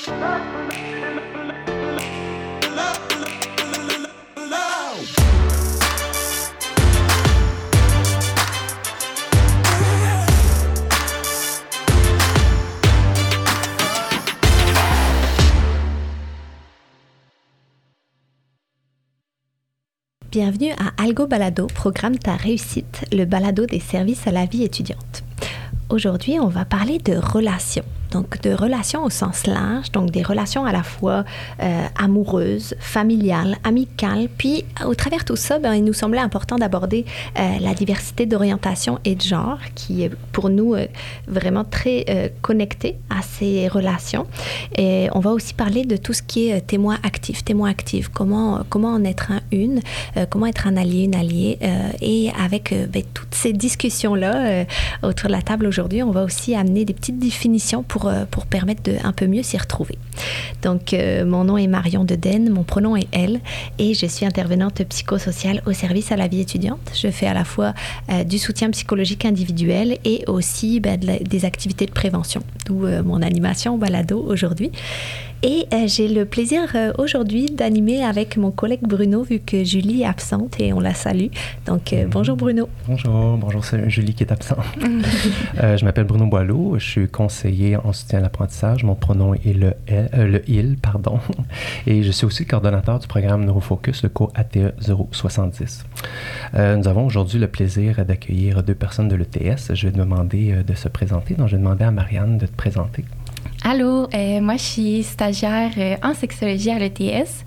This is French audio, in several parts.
Bienvenue à Algo Balado, programme Ta réussite, le balado des services à la vie étudiante. Aujourd'hui, on va parler de relations. Donc, de relations au sens large, donc des relations à la fois amoureuses, familiales, amicales. Puis, au travers de tout ça, il nous semblait important d'aborder la diversité d'orientation et de genre, qui est pour nous vraiment très connectée à ces relations. Et on va aussi parler de tout ce qui est témoin actif, comment en être une, comment être un allié, une alliée. Et avec toutes ces discussions-là autour de la table aujourd'hui, on va aussi amener des petites définitions pour permettre de un peu mieux s'y retrouver. Donc, mon nom est Marion Deden, mon pronom est elle, et je suis intervenante psychosociale au service à la vie étudiante. Je fais à la fois du soutien psychologique individuel et aussi des activités de prévention, d'où mon animation balado aujourd'hui. Et j'ai le plaisir aujourd'hui d'animer avec mon collègue Bruno, vu que Julie est absente et on la salue. Donc, bonjour Bruno. Bonjour, c'est Julie qui est absente. Je m'appelle Bruno Boileau, je suis conseiller en soutien à l'apprentissage. Mon pronom est le il, pardon. Et je suis aussi coordonnateur du programme Neurofocus, le cours ATE 070. Nous avons aujourd'hui le plaisir d'accueillir deux personnes de l'ETS. Je vais demander de se présenter. Donc, je vais demander à Marianne de te présenter. Allô, moi je suis stagiaire en sexologie à l'ETS.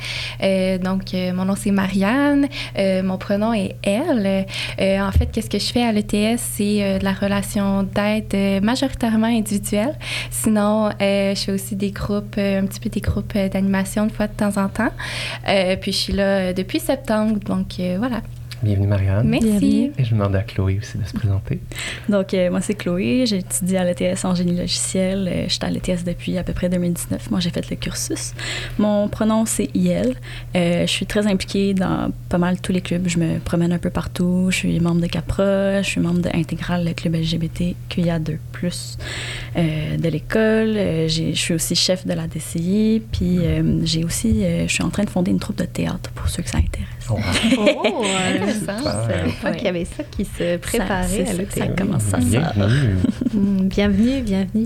Mon nom c'est Marianne, mon pronom est elle. En fait, qu'est-ce que je fais à l'ETS? C'est de la relation d'aide majoritairement individuelle. Sinon, je fais aussi des groupes, un petit peu des groupes d'animation une fois de temps en temps. Puis je suis là depuis septembre, donc voilà. Bienvenue Marianne. Merci. Bienvenue. Et je demande à Chloé aussi de se présenter. Donc, moi, c'est Chloé. J'étudie à l'ETS en génie logiciel. Je suis à l'ETS depuis à peu près 2019. Moi, j'ai fait le cursus. Mon pronom, c'est IL. Je suis très impliquée dans pas mal tous les clubs. Je me promène un peu partout. Je suis membre de CAPRA. Je suis membre de Intégral, le club LGBTQIA2+, de l'école. Je suis aussi chef de la DCI. Puis, je suis en train de fonder une troupe de théâtre pour ceux que ça intéresse. Oh, intéressant. Je crois qu'il y avait ça qui se préparait à l'ETS. Ça commence ça. Bienvenue.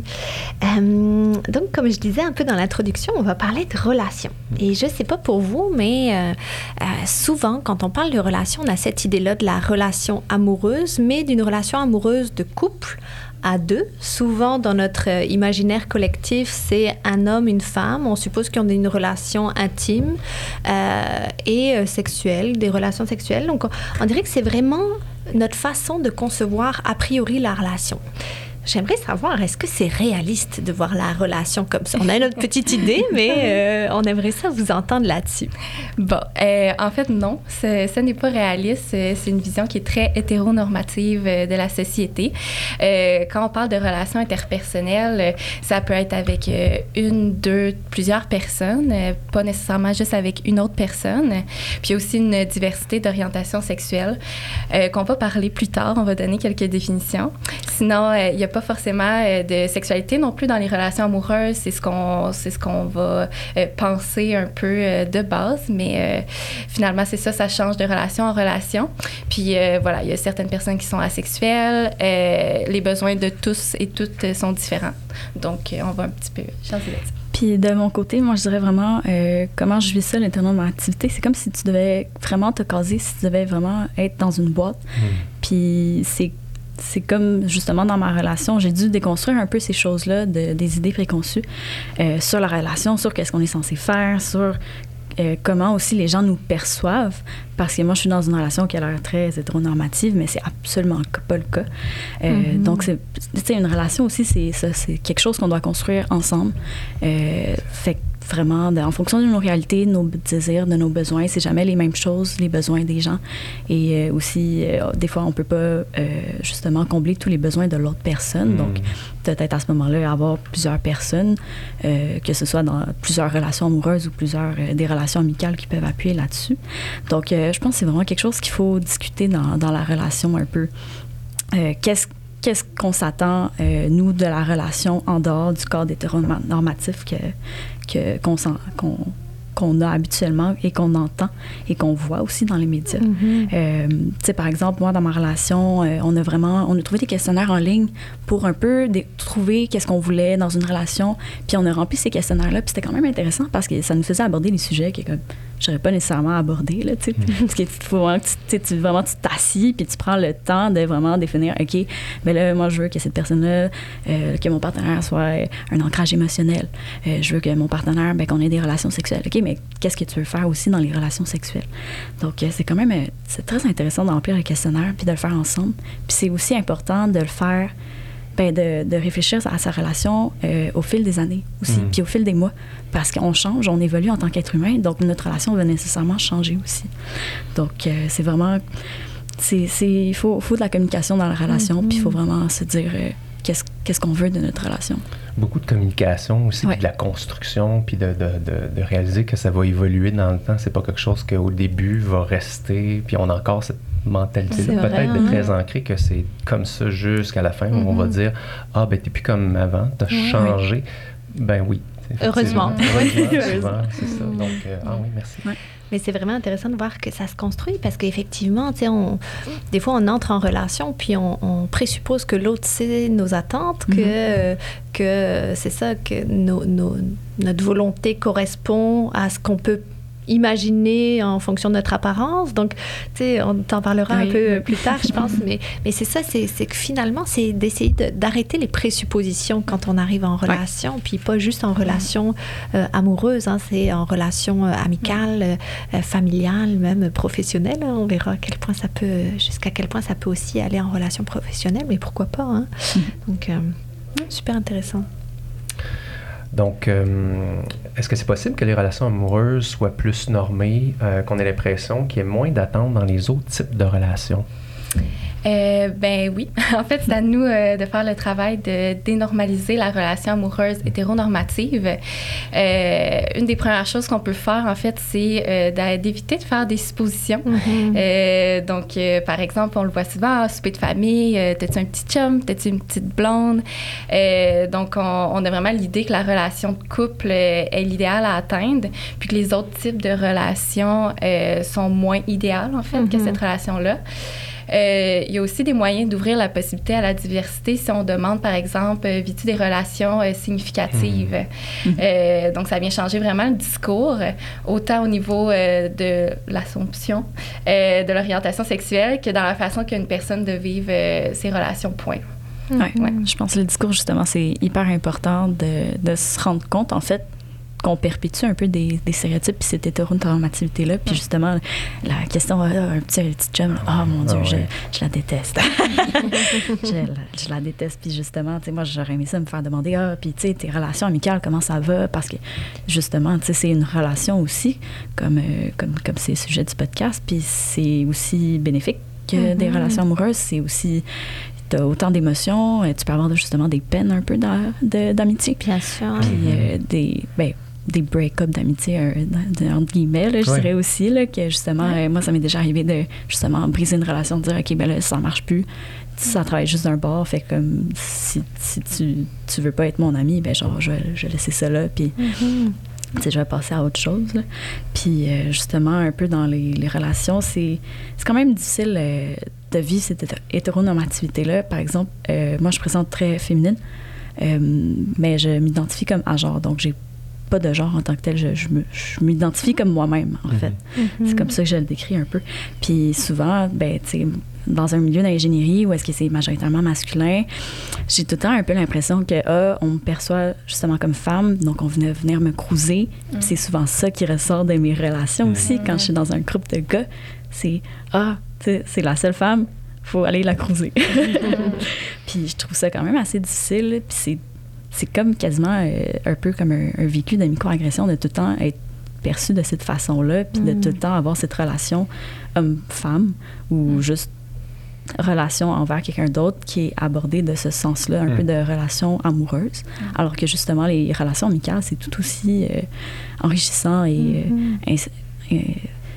Donc, comme je disais un peu dans l'introduction, on va parler de relations. Et je ne sais pas pour vous, mais souvent, quand on parle de relations, on a cette idée-là de la relation amoureuse, mais d'une relation amoureuse de couple à deux. Souvent, dans notre imaginaire collectif, c'est un homme, une femme. On suppose qu'ils ont une relation intime et sexuelle, des relations sexuelles. Donc, on dirait que c'est vraiment notre façon de concevoir a priori la relation. J'aimerais savoir, est-ce que c'est réaliste de voir la relation comme ça? On a notre petite idée, mais on aimerait ça vous entendre là-dessus. Bon, en fait, non, ce n'est pas réaliste. C'est une vision qui est très hétéronormative de la société. Quand on parle de relations interpersonnelles, ça peut être avec une, deux, plusieurs personnes, pas nécessairement juste avec une autre personne. Puis il y a aussi une diversité d'orientation sexuelle qu'on va parler plus tard. On va donner quelques définitions. Sinon, il y a pas forcément de sexualité non plus dans les relations amoureuses. C'est ce qu'on va penser un peu de base, mais finalement, c'est ça change de relation en relation. Puis voilà, il y a certaines personnes qui sont asexuelles. Les besoins de tous et toutes sont différents. Donc, on va un petit peu changer là-dessus. Puis de mon côté, moi, je dirais vraiment comment je vis ça, l'hétéronormativité. C'est comme si tu devais vraiment te caser, si tu devais vraiment être dans une boîte. Puis c'est comme, justement, dans ma relation, j'ai dû déconstruire un peu ces choses-là, des idées préconçues sur la relation, sur qu'est-ce qu'on est censé faire, sur comment aussi les gens nous perçoivent, parce que moi, je suis dans une relation qui a l'air très hétéronormative, mais c'est absolument pas le cas. Donc, c'est une relation aussi, c'est quelque chose qu'on doit construire ensemble. Fait que vraiment, en fonction de nos réalités, de nos désirs, de nos besoins, c'est jamais les mêmes choses, les besoins des gens. Et aussi, des fois, on peut pas justement combler tous les besoins de l'autre personne. Donc, peut-être à ce moment-là, avoir plusieurs personnes, que ce soit dans plusieurs relations amoureuses ou des relations amicales qui peuvent appuyer là-dessus. Donc, je pense que c'est vraiment quelque chose qu'il faut discuter dans la relation un peu. qu'est-ce qu'on s'attend, nous, de la relation en dehors du cadre hétéronormatif qu'on a habituellement et qu'on entend et qu'on voit aussi dans les médias. Tu sais, par exemple, moi, dans ma relation, on a trouvé des questionnaires en ligne pour un peu trouver qu'est-ce qu'on voulait dans une relation, puis on a rempli ces questionnaires-là, puis c'était quand même intéressant parce que ça nous faisait aborder des sujets que j'aurais pas nécessairement abordé, là, tu sais. Parce qu'il faut vraiment que tu t'assis puis tu prends le temps de vraiment définir, OK, mais là, moi, je veux que cette personne-là, que mon partenaire soit un ancrage émotionnel. Je veux que mon partenaire, ben, qu'on ait des relations sexuelles. OK, mais qu'est-ce que tu veux faire aussi dans les relations sexuelles? Donc, c'est quand même, c'est très intéressant de remplir le questionnaire puis de le faire ensemble. Puis c'est aussi important de le faire, ben, de réfléchir à sa relation au fil des années aussi, puis au fil des mois, parce qu'on change, on évolue en tant qu'être humain, donc notre relation va nécessairement changer aussi. Donc, c'est vraiment... il faut de la communication dans la relation, puis il faut vraiment se dire qu'est-ce qu'on veut de notre relation. Beaucoup de communication aussi, puis de la construction, puis de réaliser que ça va évoluer dans le temps. C'est pas quelque chose qu'au début va rester, puis on a encore cette mentalité-là, peut-être de très ancrée, que c'est comme ça jusqu'à la fin, où on va dire « Ah, ben t'es plus comme avant, t'as changé. » Ben oui. Heureusement. Souvent, c'est ça. Donc, oui, merci. Ouais. Mais c'est vraiment intéressant de voir que ça se construit parce qu'effectivement, tu sais, des fois, on entre en relation puis on présuppose que l'autre sait nos attentes, que c'est ça, que notre volonté correspond à ce qu'on peut imaginer en fonction de notre apparence. Donc, tu sais, on t'en parlera un peu plus tard, je pense. Mais c'est ça, c'est que finalement, c'est d'essayer d'arrêter les présuppositions quand on arrive en relation, puis pas juste en relation amoureuse, hein, c'est en relation amicale, familiale, même professionnelle. Hein. On verra jusqu'à quel point ça peut aussi aller en relation professionnelle, mais pourquoi pas. Hein? Donc, super intéressant. Donc, est-ce que c'est possible que les relations amoureuses soient plus normées, qu'on ait l'impression qu'il y ait moins d'attentes dans les autres types de relations? Ben oui. En fait, c'est à nous de faire le travail de dénormaliser la relation amoureuse hétéronormative. Une des premières choses qu'on peut faire, en fait, c'est d'éviter de faire des suppositions. Donc, par exemple, on le voit souvent, souper de famille, t'as-tu un petit chum, t'as-tu une petite blonde? Donc, on a vraiment l'idée que la relation de couple est l'idéal à atteindre, puis que les autres types de relations sont moins idéales, en fait, que cette relation-là. Il y a aussi des moyens d'ouvrir la possibilité à la diversité si on demande, par exemple, vis-tu des relations significatives? Donc, ça vient changer vraiment le discours, autant au niveau de l'assomption, de l'orientation sexuelle, que dans la façon qu'une personne de vivre ses relations, point. Je pense que le discours, justement, c'est hyper important de se rendre compte, en fait, qu'on perpétue un peu des stéréotypes puis cette hétéronormativité-là. Puis justement, la question, un petit chum, mon Dieu, je la déteste. je la déteste. Puis justement, tu sais, moi, j'aurais aimé ça me faire demander, puis tu sais, tes relations amicales, comment ça va? Parce que justement, tu sais, c'est une relation aussi, comme c'est le sujet du podcast, puis c'est aussi bénéfique que des relations amoureuses. C'est aussi... T'as autant d'émotions, tu peux avoir justement des peines un peu d'amitié. Bien sûr. Puis des break-up d'amitié, entre guillemets, là, je dirais aussi, là, que justement, moi, ça m'est déjà arrivé de justement briser une relation, de dire, OK, ben là, ça marche plus. Ça travaille juste d'un bord, fait comme si tu veux pas être mon ami, ben genre, je vais laisser ça là, puis tu sais, je vais passer à autre chose, là. Puis justement, un peu dans les relations, c'est quand même difficile de vivre cette hétéronormativité-là. Par exemple, moi, je présente très féminine, mais je m'identifie comme à genre, donc j'ai pas de genre en tant que tel, je m'identifie comme moi-même, en fait. C'est comme ça que je le décris un peu. Puis souvent, ben, tu sais, dans un milieu d'ingénierie où est-ce que c'est majoritairement masculin, j'ai tout le temps un peu l'impression que on me perçoit justement comme femme, donc on venait venir me cruiser. C'est souvent ça qui ressort de mes relations aussi, quand je suis dans un groupe de gars. C'est tu sais, c'est la seule femme, faut aller la cruiser. Puis je trouve ça quand même assez difficile, puis c'est comme quasiment un peu comme un vécu de microagression de tout le temps être perçu de cette façon-là, puis de tout le temps avoir cette relation homme-femme ou juste relation envers quelqu'un d'autre qui est abordée de ce sens-là, un peu de relation amoureuse, alors que justement les relations amicales, c'est tout aussi enrichissant et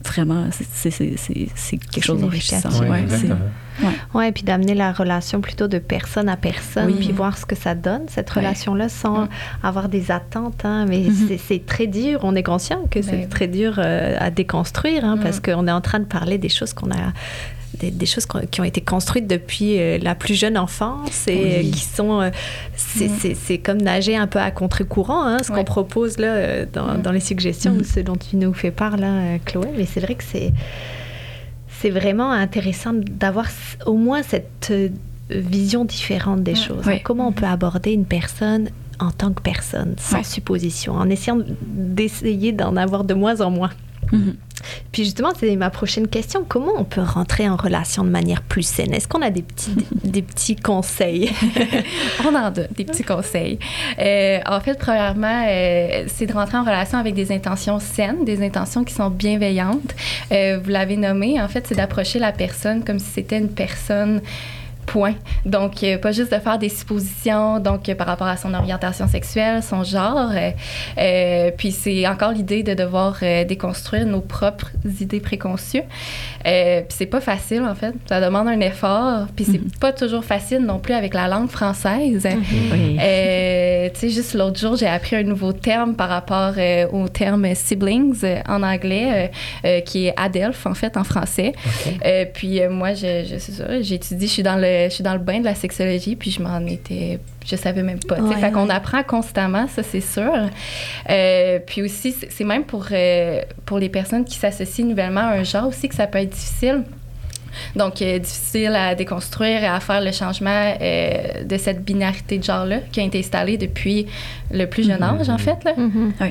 vraiment, c'est quelque chose d'enrichissant. Oui, exactement. Ouais, puis d'amener la relation plutôt de personne à personne, Oui. puis voir ce que ça donne, cette relation-là, sans avoir des attentes. Hein, mais c'est très dur. On est conscient que c'est très dur à déconstruire, hein, parce qu'on est en train de parler des choses qu'on a... Des choses qui ont été construites depuis la plus jeune enfance et qui sont... c'est comme nager un peu à contre-courant, hein, ce qu'on propose là, dans les suggestions, ou ce dont tu nous fais part, là, Chloé. Mais c'est vrai que c'est vraiment intéressant d'avoir au moins cette vision différente des choses. Hein. Comment on peut aborder une personne en tant que personne, sans supposition, en essayant d'essayer d'en avoir de moins en moins. Puis justement, c'est ma prochaine question. Comment on peut rentrer en relation de manière plus saine? Est-ce qu'on a des petits conseils? On en donne des petits conseils. En fait, premièrement, c'est de rentrer en relation avec des intentions saines, des intentions qui sont bienveillantes. Vous l'avez nommé, en fait, c'est d'approcher la personne comme si c'était une personne... Point. Donc, pas juste de faire des suppositions, donc par rapport à son orientation sexuelle, son genre. Puis c'est encore l'idée de devoir déconstruire nos propres idées préconçues. Puis c'est pas facile, en fait. Ça demande un effort. Puis c'est pas toujours facile non plus avec la langue française. Tu sais, juste l'autre jour, j'ai appris un nouveau terme par rapport au terme siblings en anglais, qui est adelph, en fait, en français. Puis moi, c'est ça, j'étudie, je suis dans le bain de la sexologie, puis je savais même pas. Fait qu'on apprend constamment, ça c'est sûr. Puis aussi, c'est même pour les personnes qui s'associent nouvellement à un genre aussi que ça peut être difficile. Donc, difficile à déconstruire et à faire le changement de cette binarité de genre-là qui a été installée depuis le plus jeune âge, en fait. Là.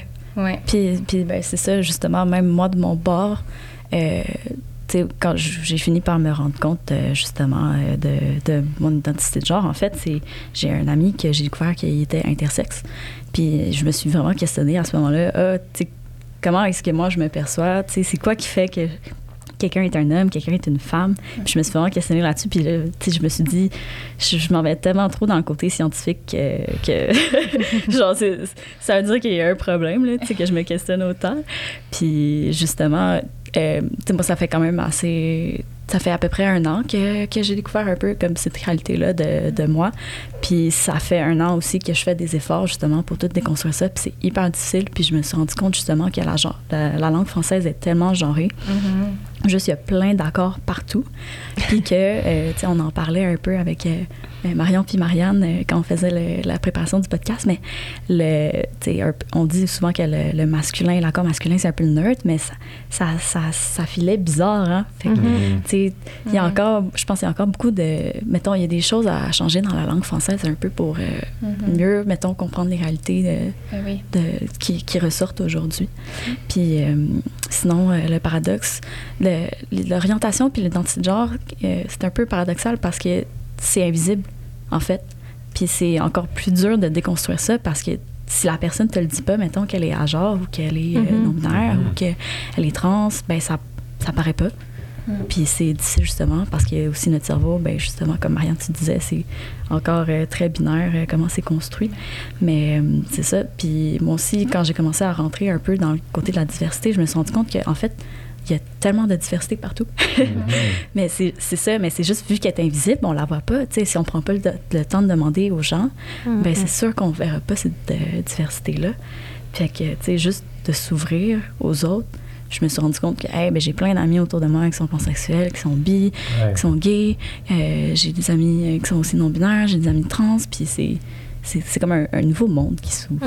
Puis ben, c'est ça, justement, même moi, de mon bord, quand j'ai fini par me rendre compte, justement, de mon identité de genre, en fait, j'ai un ami que j'ai découvert qui était intersexe. Puis je me suis vraiment questionnée à ce moment-là, comment est-ce que moi je me perçois? C'est quoi qui fait que quelqu'un est un homme, quelqu'un est une femme? Puis je me suis vraiment questionnée là-dessus. Puis là, je me suis dit, je m'en vais tellement trop dans le côté scientifique que genre, ça veut dire qu'il y a un problème, là, que je me questionne autant. Puis justement... moi, ça fait quand même ça fait à peu près 1 an que j'ai découvert un peu comme cette réalité-là de moi. Puis ça fait 1 an aussi que je fais des efforts justement pour tout déconstruire ça. Puis c'est hyper difficile. Puis je me suis rendu compte justement que la langue française est tellement genrée. Juste, il y a plein d'accords partout. Puis que, on en parlait un peu avec Marion puis Marianne quand on faisait la préparation du podcast. Mais on dit souvent que le masculin, l'accord masculin, c'est un peu le neutre, mais ça filait bizarre, hein? Fait que, il y a encore, je pense qu'il y a encore beaucoup mettons, il y a des choses à changer dans la langue française un peu pour mieux, mettons, comprendre les réalités qui ressortent aujourd'hui. Puis sinon, le paradoxe, l'orientation puis l'identité de genre, c'est un peu paradoxal parce que c'est invisible, en fait. Puis c'est encore plus dur de déconstruire ça parce que si la personne te le dit pas, mettons qu'elle est agenre ou qu'elle est non-binaire ou qu'elle est trans, ben ça paraît pas. Puis c'est difficile justement parce que aussi notre cerveau, ben justement, comme Marianne, tu disais, c'est encore très binaire comment c'est construit. Mais c'est ça. Puis moi aussi, quand j'ai commencé à rentrer un peu dans le côté de la diversité, je me suis rendu compte qu'en fait, il y a tellement de diversité partout. Mais c'est ça, mais c'est juste vu qu'elle est invisible, on la voit pas. Tu sais, si on prend pas le temps de demander aux gens, ben c'est sûr qu'on verra pas cette diversité-là. Fait que, tu sais, juste de s'ouvrir aux autres, je me suis rendu compte que ben, j'ai plein d'amis autour de moi qui sont pansexuels, qui sont bi, qui sont gays. J'ai des amis qui sont aussi non-binaires, j'ai des amis trans, puis c'est comme un nouveau monde qui s'ouvre.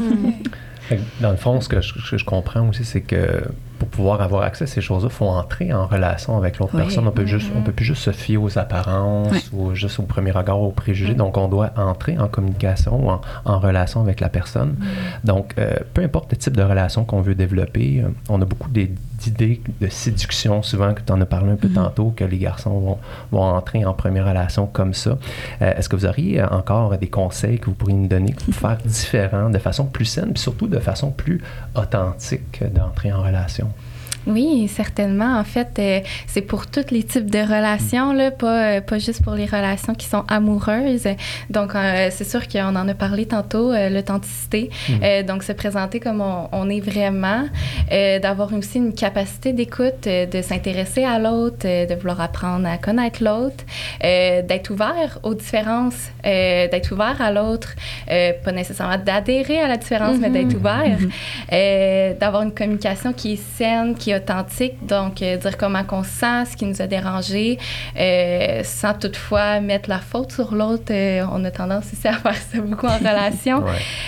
Dans le fond, ce que je comprends aussi, c'est que pour pouvoir avoir accès à ces choses-là, il faut entrer en relation avec l'autre personne. On peut plus juste se fier aux apparences ou juste au premier regard, aux préjugés. Donc, on doit entrer en communication ou en relation avec la personne. Donc, peu importe le type de relation qu'on veut développer, on a beaucoup d'idées de séduction, souvent, que tu en as parlé un peu tantôt, que les garçons vont entrer en première relation comme ça. Est-ce que vous auriez encore des conseils que vous pourriez nous donner pour faire différent, de façon plus saine, puis surtout de façon plus authentique d'entrer en relation? Oui, certainement. En fait, c'est pour tous les types de relations, là, pas juste pour les relations qui sont amoureuses. Donc, c'est sûr qu'on en a parlé tantôt, l'authenticité. Donc, se présenter comme on est vraiment, d'avoir aussi une capacité d'écoute, de s'intéresser à l'autre, de vouloir apprendre à connaître l'autre, d'être ouvert aux différences, d'être ouvert à l'autre, pas nécessairement d'adhérer à la différence, mais d'être ouvert, d'avoir une communication qui est saine, qui est authentique, donc dire comment qu'on se sent, ce qui nous a dérangé, sans toutefois mettre la faute sur l'autre. On a tendance aussi à faire ça beaucoup en relation.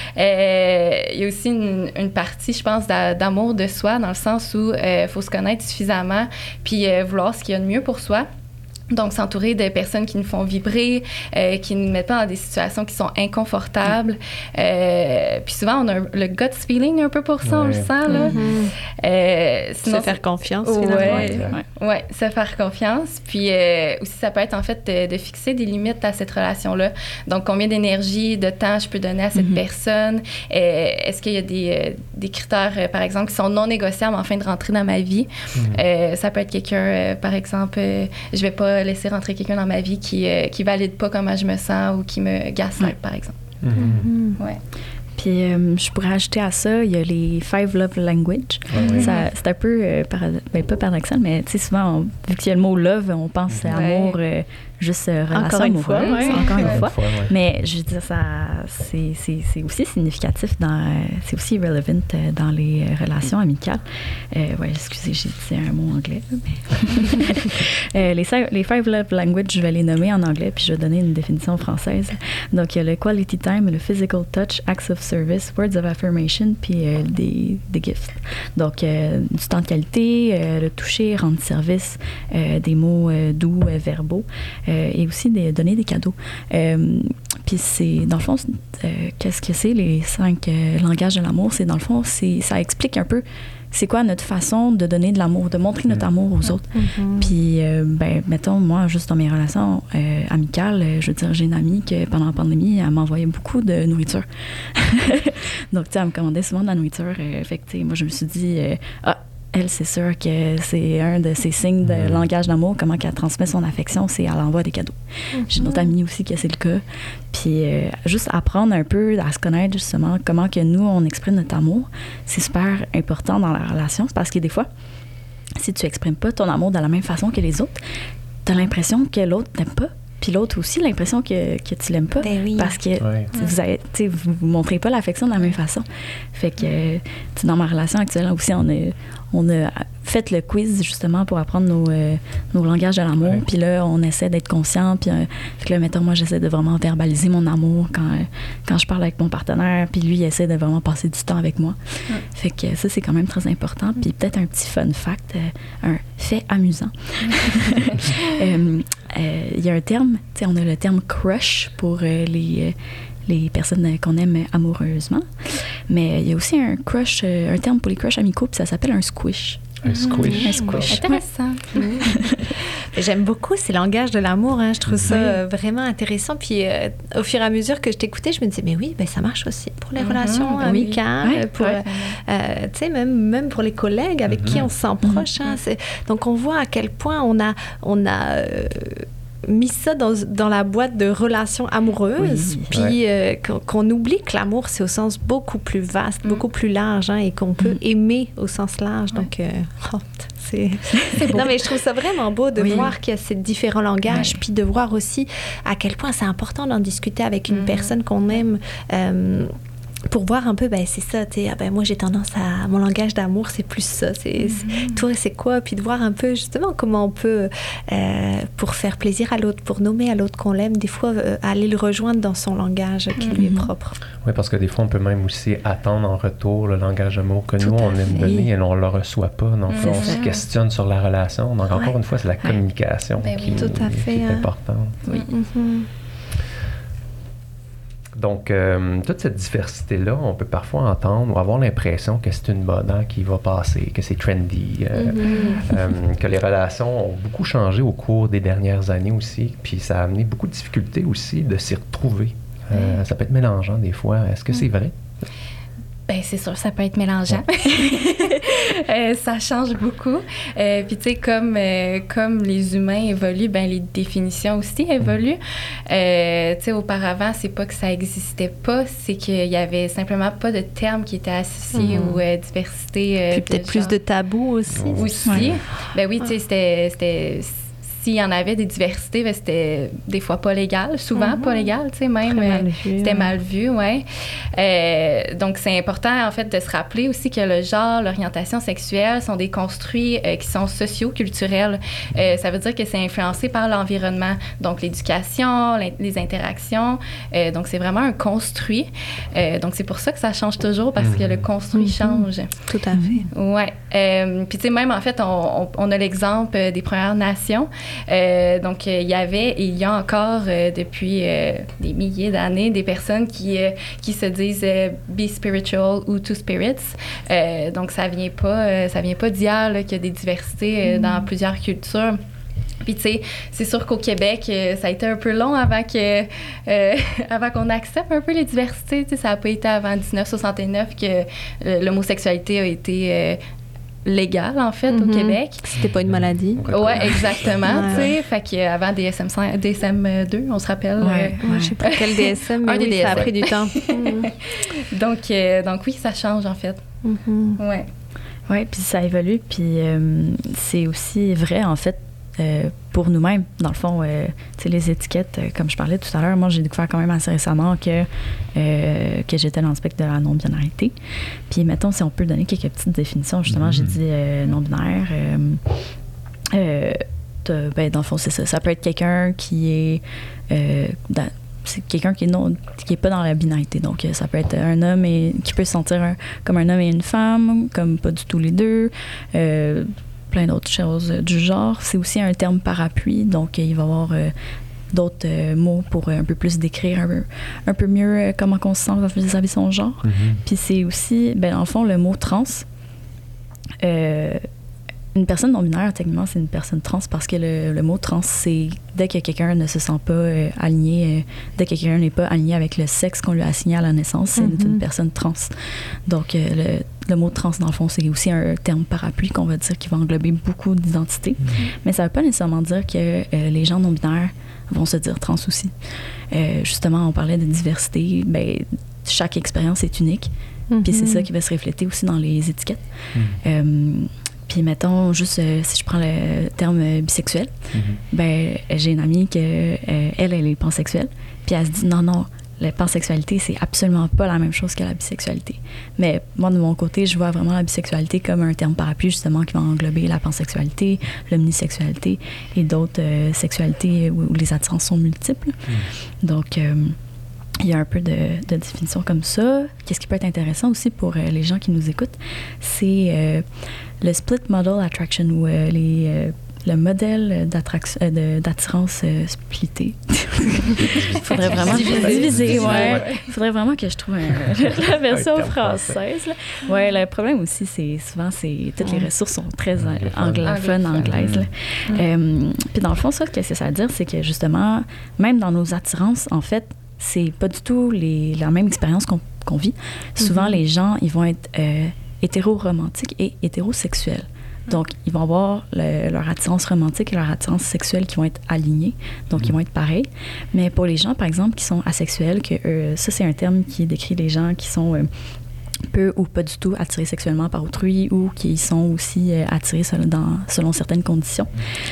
Il y a aussi une partie, je pense, d'amour de soi, dans le sens où il faut se connaître suffisamment, puis vouloir ce qu'il y a de mieux pour soi. Donc, s'entourer de personnes qui nous font vibrer, qui ne nous mettent pas dans des situations qui sont inconfortables. Puis souvent, on a le gut feeling un peu pour ça, on le sent, là. Sinon, se faire confiance, finalement. Oui, se faire confiance. Puis aussi, ça peut être, en fait, de fixer des limites à cette relation-là. Donc, combien d'énergie, de temps je peux donner à cette personne? Est-ce qu'il y a des critères, par exemple, qui sont non négociables en fin de rentrer dans ma vie? Ça peut être quelqu'un, par exemple, je vais pas laisser rentrer quelqu'un dans ma vie qui valide pas comment je me sens ou qui me gaslight, par exemple. Ouais. Puis, je pourrais ajouter à ça, il y a les 5 love language. C'est un peu, pas paradoxal, mais tu sais, souvent, vu qu'il y a le mot love, on pense à amour, juste relation amoureuse. Encore une fois. Mais je veux dire, c'est aussi significatif, c'est aussi relevant dans les relations amicales. Excusez, j'ai dit un mot anglais. Mais les 5 love language, je vais les nommer en anglais, puis je vais donner une définition française. Donc, il y a le quality time, le physical touch, acts of service, words of affirmation, puis des gifts. Donc, du temps de qualité, le toucher, rendre service, des mots doux, verbaux, et aussi donner des cadeaux. Puis c'est, dans le fond, qu'est-ce que c'est les 5 langages de l'amour? C'est, dans le fond, ça explique un peu c'est quoi notre façon de donner de l'amour, de montrer notre amour aux autres. Puis, mettons, moi, juste dans mes relations amicales, je veux dire, j'ai une amie que pendant la pandémie, elle m'envoyait beaucoup de nourriture. Donc, tu sais, elle me commandait souvent de la nourriture. Fait que, tu sais, moi, je me suis dit, elle, c'est sûr que c'est un de ses signes de langage d'amour, comment qu'elle transmet son affection, c'est elle envoie des cadeaux. J'ai une autre amie aussi que c'est le cas. Puis juste apprendre un peu à se connaître, justement, comment que nous, on exprime notre amour, c'est super important dans la relation. C'est parce que des fois, si tu exprimes pas ton amour de la même façon que les autres, t'as l'impression que l'autre t'aime pas. Puis l'autre aussi, l'impression que tu l'aimes pas. Parce que vous montrez pas l'affection de la même façon. Fait que dans ma relation actuelle aussi, on a fait le quiz justement pour apprendre nos langages de l'amour. Puis là, on essaie d'être conscient. Puis fait que là, mettons, moi, j'essaie de vraiment verbaliser mon amour quand je parle avec mon partenaire. Puis lui, il essaie de vraiment passer du temps avec moi. Fait que ça, c'est quand même très important. Puis peut-être un petit fun fact, un fait amusant. Il y a un terme, tu sais, on a le terme crush pour les personnes qu'on aime amoureusement. Mais il y a aussi un terme pour les crushs amicaux, puis ça s'appelle un squish. Un squish. Un squish. Intéressant. J'aime beaucoup ces langages de l'amour. Hein. Je trouve ça vraiment intéressant. Puis au fur et à mesure que je t'écoutais, je me disais, mais oui, ça marche aussi pour les relations amicales, pour, tu sais, même pour les collègues avec qui on se sent proche. Hein. Donc on voit à quel point on a mis ça dans la boîte de relations amoureuses, puis qu'on oublie que l'amour, c'est au sens beaucoup plus vaste, beaucoup plus large, hein, et qu'on peut aimer au sens large. Donc, c'est beau. Non, mais je trouve ça vraiment beau de voir qu'il y a ces différents langages, puis de voir aussi à quel point c'est important d'en discuter avec une personne qu'on aime, pour voir un peu, c'est ça, tu sais, moi j'ai tendance à, mon langage d'amour, c'est plus ça, toi c'est quoi, puis de voir un peu justement comment on peut, pour faire plaisir à l'autre, pour nommer à l'autre qu'on l'aime, des fois aller le rejoindre dans son langage qui lui est propre. Oui, parce que des fois on peut même aussi attendre en retour le langage d'amour que nous on aime donner et on le reçoit pas, donc on se questionne sur la relation, donc encore une fois c'est la communication qui est importante. Oui. Donc, toute cette diversité-là, on peut parfois entendre ou avoir l'impression que c'est une mode qui va passer, que c'est trendy, que les relations ont beaucoup changé au cours des dernières années aussi, puis ça a amené beaucoup de difficultés aussi de s'y retrouver. Ça peut être mélangeant des fois. Est-ce que c'est vrai? Ben c'est sûr, ça peut être mélangeant. Ça change beaucoup. Puis tu sais, comme les humains évoluent, ben les définitions aussi évoluent. Tu sais, auparavant, c'est pas que ça existait pas, c'est qu'il y avait simplement pas de terme qui était associé aux diversités. Puis peut-être plus de tabous aussi. Aussi. Ouais. Ben oui, tu sais, c'était s'il y en avait des diversités, ben c'était des fois pas légal, souvent pas légal, tu sais, même. C'était mal vu, ouais. Donc, c'est important, en fait, de se rappeler aussi que le genre, l'orientation sexuelle sont des construits qui sont socio-culturels. Ça veut dire que c'est influencé par l'environnement, donc l'éducation, les interactions. Donc, c'est vraiment un construit. Donc, c'est pour ça que ça change toujours, parce que le construit change. Tout à fait. Ouais. Puis, tu sais, même, en fait, on a l'exemple des Premières Nations. Donc, il y avait et il y a encore depuis des milliers d'années des personnes qui se disent be spiritual ou two spirits. Donc, ça vient pas d'hier là, qu'il y a des diversités dans plusieurs cultures. Puis, tu sais, c'est sûr qu'au Québec, ça a été un peu long avant qu'on accepte un peu les diversités. Tu sais, ça n'a pas été avant 1969 que l'homosexualité a été légale, en fait, au Québec. C'était pas une maladie. Ouais, exactement, tu sais. Fait qu'avant DSM-2, on se rappelle. Je sais pas quel DSM, mais oui, ça a pris du temps. Donc oui, ça change, en fait. Ouais. Oui, puis ça évolue, puis c'est aussi vrai, en fait, pour nous-mêmes. Dans le fond, tu sais, les étiquettes, comme je parlais tout à l'heure, moi, j'ai découvert quand même assez récemment que j'étais dans le spectre de la non-binarité. Puis, mettons, si on peut donner quelques petites définitions, justement, j'ai dit non-binaire. Ben, dans le fond, c'est ça. Ça peut être quelqu'un qui est... c'est quelqu'un qui est pas dans la binarité. Donc, ça peut être un homme qui peut se sentir comme un homme et une femme, comme pas du tout les deux. Plein d'autres choses du genre. C'est aussi un terme parapluie, donc il va y avoir d'autres mots pour un peu plus décrire un peu mieux comment on se sent vis-à-vis de son genre. Puis c'est aussi, ben, dans le fond, le mot trans. Une personne non-binaire, techniquement, c'est une personne trans parce que le mot trans, c'est dès que quelqu'un ne se sent pas aligné, dès que quelqu'un n'est pas aligné avec le sexe qu'on lui a assigné à la naissance, c'est une personne trans. Donc, le mot trans, dans le fond, c'est aussi un terme parapluie qu'on va dire qui va englober beaucoup d'identités. Mais ça ne veut pas nécessairement dire que les gens non-binaires vont se dire trans aussi. Justement, on parlait de diversité. Ben, chaque expérience est unique. Puis c'est ça qui va se refléter aussi dans les étiquettes. Puis, mettons, juste si je prends le terme bisexuel, ben j'ai une amie elle est pansexuelle. Puis elle se dit non, la pansexualité, c'est absolument pas la même chose que la bisexualité. Mais moi, de mon côté, je vois vraiment la bisexualité comme un terme parapluie, justement, qui va englober la pansexualité, l'omnisexualité et d'autres sexualités où les attirances sont multiples. Donc, il y a un peu de définition comme ça. Qu'est-ce qui peut être intéressant aussi pour les gens qui nous écoutent, c'est le split model attraction ou le modèle d'attirance splitté. Il faudrait vraiment diviser, faudrait vraiment que je trouve la version française. Ouais, le problème aussi, c'est souvent, toutes les ressources sont très anglophones, anglaises. Puis dans le fond, ça, qu'est-ce que ça veut dire, c'est que justement, même dans nos attirances, en fait, c'est pas du tout la même expérience qu'on vit. Souvent, les gens, ils vont être hétéro-romantiques et hétérosexuels. Donc, ils vont avoir leur attirance romantique et leur attirance sexuelle qui vont être alignés. Donc, ils vont être pareils. Mais pour les gens, par exemple, qui sont asexuels, ça, c'est un terme qui décrit les gens qui sont peu ou pas du tout attirés sexuellement par autrui ou qui sont aussi attirés selon certaines conditions.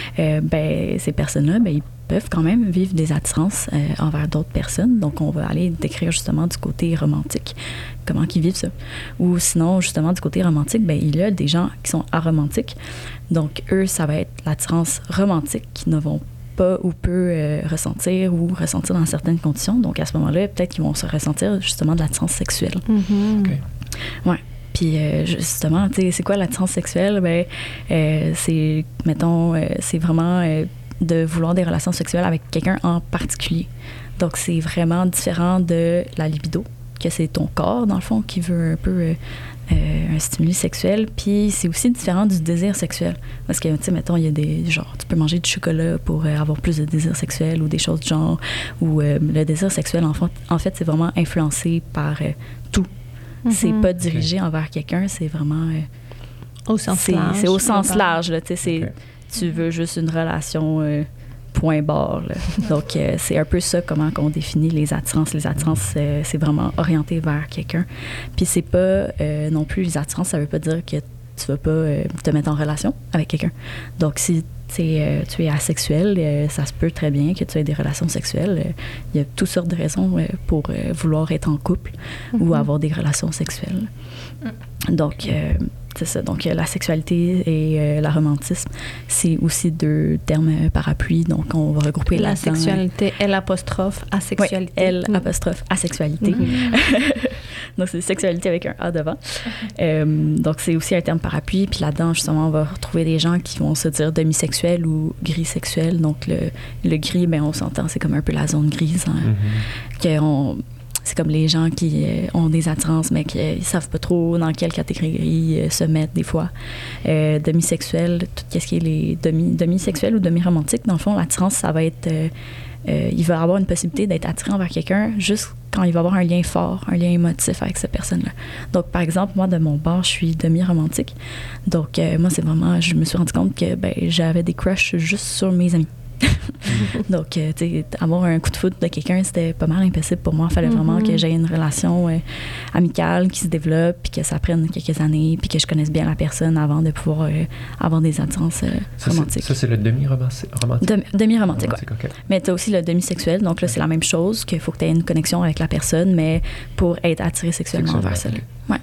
Ben, ces personnes-là, ben, ils peuvent quand même vivre des attirances envers d'autres personnes. Donc, on va aller décrire justement du côté romantique, comment ils vivent ça. Ou sinon, justement, du côté romantique, ben, il y a des gens qui sont aromantiques. Donc, eux, ça va être l'attirance romantique qui ne vont pas ou peu ressentir dans certaines conditions. Donc, à ce moment-là, peut-être qu'ils vont se ressentir justement de l'attirance sexuelle. Ouais. Puis justement, tu sais, c'est quoi l'attirance sexuelle? Ben, c'est, mettons, c'est vraiment de vouloir des relations sexuelles avec quelqu'un en particulier. Donc, c'est vraiment différent de la libido, que c'est ton corps, dans le fond, qui veut un peu un stimuli sexuel. Puis, c'est aussi différent du désir sexuel. Parce que, tu sais, mettons, il y a des... Genre, tu peux manger du chocolat pour avoir plus de désir sexuel ou des choses du genre. Ou le désir sexuel, en fait, c'est vraiment influencé par tout. C'est pas dirigé envers quelqu'un, c'est vraiment... au sens large. C'est au sens large, là, tu sais, tu veux juste une relation point barre, là. Donc, c'est un peu ça, comment on définit les attirances. Les attirances, c'est vraiment orienté vers quelqu'un. Puis c'est pas non plus, les attirances, ça veut pas dire que tu vas pas te mettre en relation avec quelqu'un. Donc, si tu es asexuel, ça se peut très bien que tu aies des relations sexuelles. Il y a toutes sortes de raisons pour vouloir être en couple ou avoir des relations sexuelles. Donc, c'est ça. Donc, la sexualité et l'aromantisme, c'est aussi 2 termes parapluies. Donc, on va regrouper la là-dedans. sexualité, L', asexualité. Oui, L', asexualité. Donc, c'est sexualité avec un A devant. Donc, c'est aussi un terme parapluie. Puis là-dedans, justement, on va retrouver des gens qui vont se dire demisexuels ou grisexuels. Donc, le gris, bien, on s'entend, c'est comme un peu la zone grise. Hein, c'est comme les gens qui ont des attirances, mais qui ne savent pas trop dans quelle catégorie se mettre des fois. Demisexuel, tout ce qui est les demisexuels ou demi-romantiques, dans le fond, l'attirance, ça va être... il va avoir une possibilité d'être attiré envers quelqu'un juste quand il va avoir un lien fort, un lien émotif avec cette personne-là. Donc, par exemple, moi, de mon bord, je suis demi-romantique. Donc, moi, c'est vraiment... Je me suis rendu compte que j'avais des crushs juste sur mes amis. Donc, tu sais, avoir un coup de foudre de quelqu'un, c'était pas mal impossible pour moi. Il fallait vraiment que j'aie une relation amicale qui se développe, puis que ça prenne quelques années, puis que je connaisse bien la personne avant de pouvoir avoir des attirances romantiques. Ça, c'est le demi-romantique? Demi-romantique, oui. Okay. Mais tu as aussi le demi-sexuel. Donc là, c'est la même chose, qu'il faut que tu aies une connexion avec la personne, mais pour être attiré sexuellement vers celle-là. Ouais.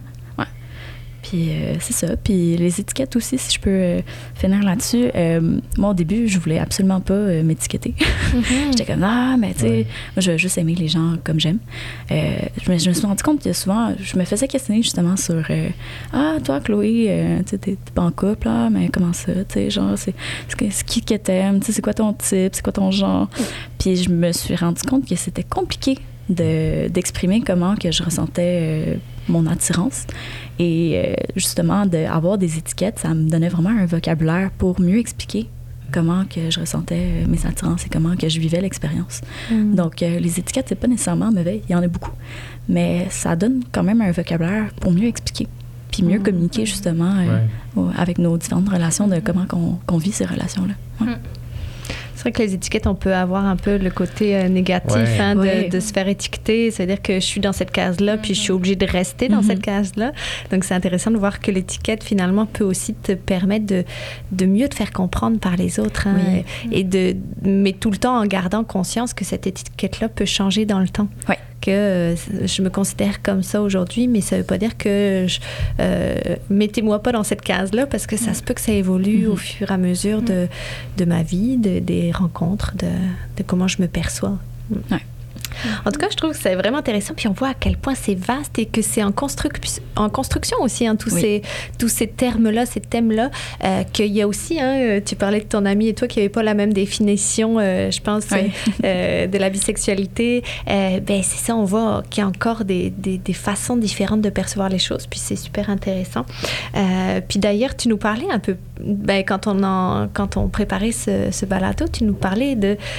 Puis c'est ça. Puis les étiquettes aussi, si je peux finir là-dessus. Moi, au début, je voulais absolument pas m'étiqueter. J'étais comme, mais tu sais, moi, je veux juste aimer les gens comme j'aime. Je me suis rendu compte que souvent, je me faisais questionner justement sur, toi, Chloé, tu t'es pas en couple, là, mais comment ça? Tu sais, genre, c'est qui que t'aimes? Tu sais, c'est quoi ton type? C'est quoi ton genre? Puis je me suis rendu compte que c'était compliqué d'exprimer comment que je ressentais mon attirance. Et justement, d'avoir des étiquettes, ça me donnait vraiment un vocabulaire pour mieux expliquer comment que je ressentais mes attirances et comment que je vivais l'expérience. Donc, les étiquettes, c'est pas nécessairement mauvais, il y en a beaucoup, mais ça donne quand même un vocabulaire pour mieux expliquer, puis mieux communiquer justement avec nos différentes relations, de comment qu'on vit ces relations-là. Ouais. C'est vrai que les étiquettes, on peut avoir un peu le côté négatif de se faire étiqueter. C'est-à-dire que je suis dans cette case-là, puis je suis obligée de rester dans cette case-là. Donc, c'est intéressant de voir que l'étiquette, finalement, peut aussi te permettre de mieux te faire comprendre par les autres. Hein, mais tout le temps en gardant conscience que cette étiquette-là peut changer dans le temps. Oui. Que je me considère comme ça aujourd'hui, mais ça ne veut pas dire que mettez-moi pas dans cette case-là, parce que ça se peut que ça évolue au fur et à mesure de ma vie, des rencontres, de comment je me perçois. Ouais. En tout cas, je trouve que c'est vraiment intéressant, puis on voit à quel point c'est vaste et que c'est en construction aussi, hein, tous ces termes-là, ces thèmes-là, qu'il y a aussi, hein, tu parlais de ton ami et toi qui n'avez pas la même définition, je pense, de la bisexualité. C'est ça, on voit qu'il y a encore des façons différentes de percevoir les choses, puis c'est super intéressant. Puis d'ailleurs, tu nous parlais un peu, quand on préparait ce balado, tu nous parlais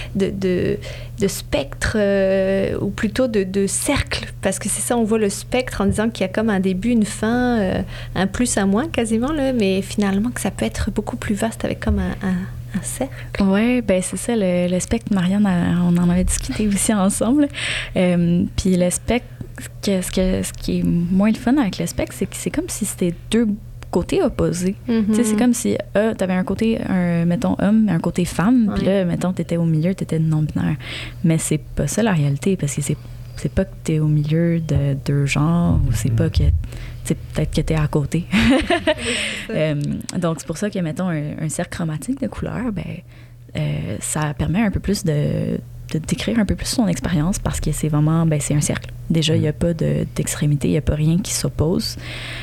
de spectre, ou plutôt de cercle, parce que c'est ça, on voit le spectre en disant qu'il y a comme un début, une fin, un plus, un moins quasiment, là, mais finalement que ça peut être beaucoup plus vaste avec comme un cercle. Oui, c'est ça, le spectre, Marianne, on en avait discuté aussi ensemble. Puis le spectre, ce qui est moins le fun avec le spectre, c'est que c'est comme si c'était 2 côtés opposés. Tu sais, c'est comme si t'avais un côté, mettons, homme, un côté femme, puis là, mettons, t'étais au milieu, t'étais non-binaire. Mais c'est pas ça la réalité, parce que c'est pas que t'es au milieu de 2 genres, ou c'est pas que... C'est peut-être que t'es à côté. Donc, c'est pour ça que, mettons, un cercle chromatique de couleurs, ça permet un peu plus de décrire un peu plus son expérience, parce que c'est vraiment, c'est un cercle. Déjà, il n'y a pas d'extrémité, il n'y a pas rien qui s'oppose.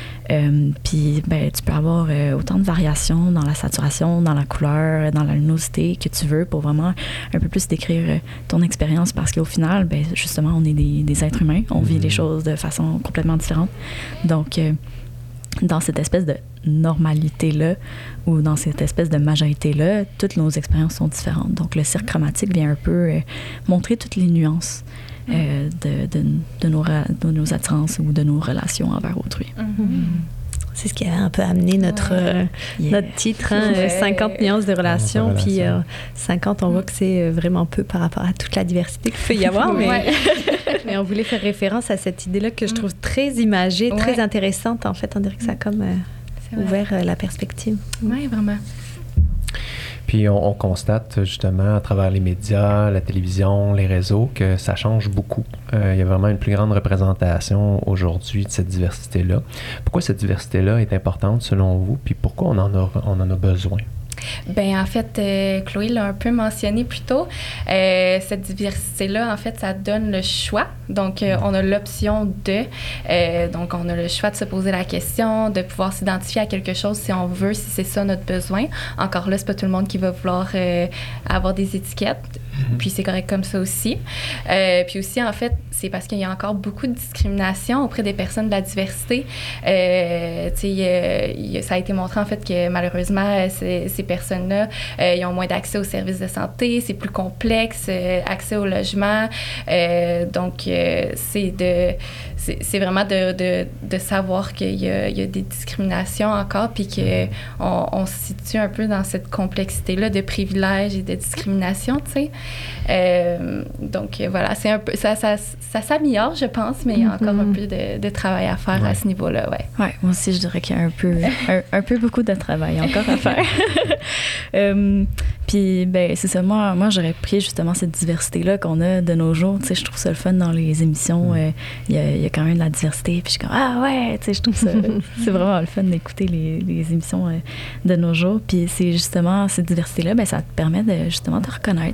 Puis tu peux avoir autant de variations dans la saturation, dans la couleur, dans la luminosité que tu veux, pour vraiment un peu plus décrire ton expérience, parce qu'au final, justement, on est des êtres humains, on vit les choses de façon complètement différente. Donc, dans cette espèce de normalité-là, ou dans cette espèce de majorité-là, toutes nos expériences sont différentes. Donc, le cercle chromatique vient un peu montrer toutes les nuances de nos attirances ou de nos relations envers autrui. C'est ce qui a un peu amené notre titre, 50 nuances de relations. Puis 50, on voit que c'est vraiment peu par rapport à toute la diversité qu'il peut y avoir. Mais on voulait faire référence à cette idée-là que je trouve très imagée, très intéressante. En fait, on dirait que ça a comme ouvert la perspective. Oui, vraiment. Puis on constate justement à travers les médias, la télévision, les réseaux, que ça change beaucoup. Il y a vraiment une plus grande représentation aujourd'hui de cette diversité-là. Pourquoi cette diversité-là est importante selon vous? Puis pourquoi on en a besoin? Bien, en fait, Chloé l'a un peu mentionné plus tôt. Cette diversité-là, en fait, ça donne le choix. Donc, on a l'option de. Donc, on a le choix de se poser la question, de pouvoir s'identifier à quelque chose si on veut, si c'est ça notre besoin. Encore là, c'est pas tout le monde qui va vouloir avoir des étiquettes. Puis, c'est correct comme ça aussi. Puis aussi, en fait, c'est parce qu'il y a encore beaucoup de discrimination auprès des personnes de la diversité. Ça a été montré, en fait, que malheureusement, ces personnes-là, ils ont moins d'accès aux services de santé, c'est plus complexe, accès au logement. Donc, c'est vraiment de savoir qu'il y a des discriminations encore, puis qu'on se situe un peu dans cette complexité-là de privilèges et de discrimination, tu sais. Donc, voilà, c'est un peu... Ça s'améliore, je pense, mais il y a encore un peu de travail à faire à ce niveau-là, moi aussi, je dirais qu'il y a un peu beaucoup de travail encore à faire. Puis, ben, c'est ça. Moi, j'aurais pris justement cette diversité-là qu'on a de nos jours. Tu sais, je trouve ça le fun dans les émissions. Il y a quand même de la diversité. Puis, je suis comme, ah ouais, tu sais, je trouve ça. C'est vraiment le fun d'écouter les émissions de nos jours. Puis, c'est justement cette diversité-là, ben, ça te permet justement de reconnaître,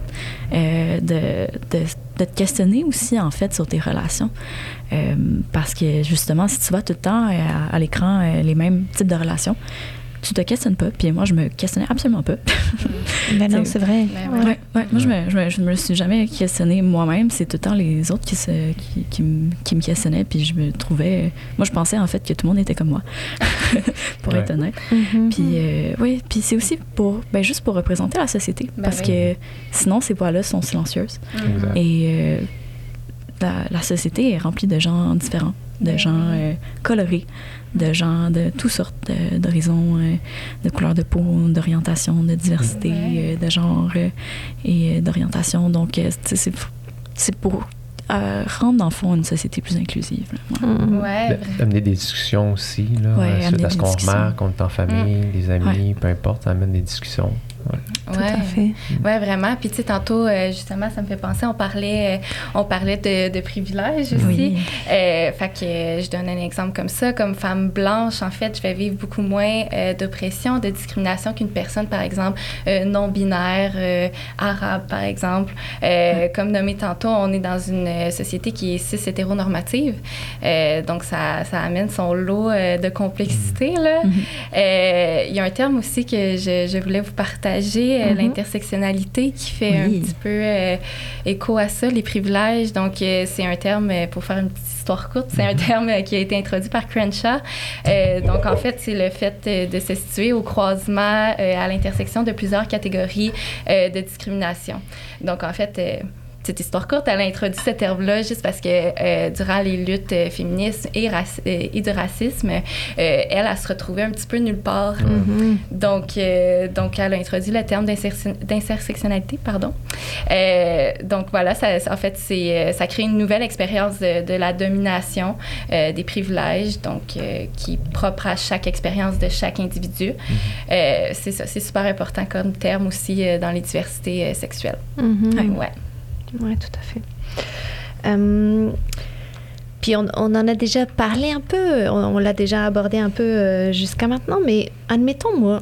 de te questionner aussi, en fait, sur tes relations. Parce que, justement, si tu vois tout le temps à l'écran les mêmes types de relations, tu te questionnes pas. Puis moi, je me questionnais absolument pas. Ben non, c'est vrai. Moi, je me suis jamais questionnée moi-même. C'est tout le temps les autres qui me questionnaient. Puis je me trouvais... Moi, je pensais, en fait, que tout le monde était comme moi, pour être honnête. Puis, puis c'est aussi juste pour représenter la société. Parce que sinon, ces voix-là sont silencieuses. Et la société est remplie de gens différents, de gens colorés, de gens de toutes sortes d'horizons, de couleurs de peau, d'orientation, de diversité, de genre et d'orientation. Donc, c'est pour rendre, dans le fond, une société plus inclusive. Amener des discussions aussi, là, suite à ce qu'on remarque, on est en famille, des amis, peu importe, ça amène des discussions. Tout à fait. Oui, vraiment. Puis, tu sais, tantôt, justement, ça me fait penser, on parlait de privilèges aussi. Fait que je donne un exemple comme ça. Comme femme blanche, en fait, je vais vivre beaucoup moins d'oppression, de discrimination qu'une personne, par exemple, non-binaire, arabe, par exemple. Comme nommé tantôt, on est dans une société qui est cis-hétéronormative. Donc, ça amène son lot de complexité, là. Il y a un terme aussi que je voulais vous partager, l'intersectionnalité, qui fait un petit peu écho à ça, les privilèges. Donc, c'est un terme, pour faire une petite histoire courte, c'est un terme qui a été introduit par Crenshaw. Donc, en fait, c'est le fait de se situer au croisement, à l'intersection de plusieurs catégories de discrimination. Donc, en fait... Cette histoire courte, elle a introduit ce terme-là juste parce que durant les luttes féministes et du racisme, elle se retrouvait un petit peu nulle part. Donc, elle a introduit le terme d'intersectionnalité, pardon. Donc, voilà, en fait, ça crée une nouvelle expérience de la domination, des privilèges, donc qui est propre à chaque expérience de chaque individu. C'est ça, c'est super important comme terme aussi dans les diversités sexuelles. Oui, tout à fait. Puis on en a déjà parlé un peu, on l'a déjà abordé un peu jusqu'à maintenant, mais admettons, moi,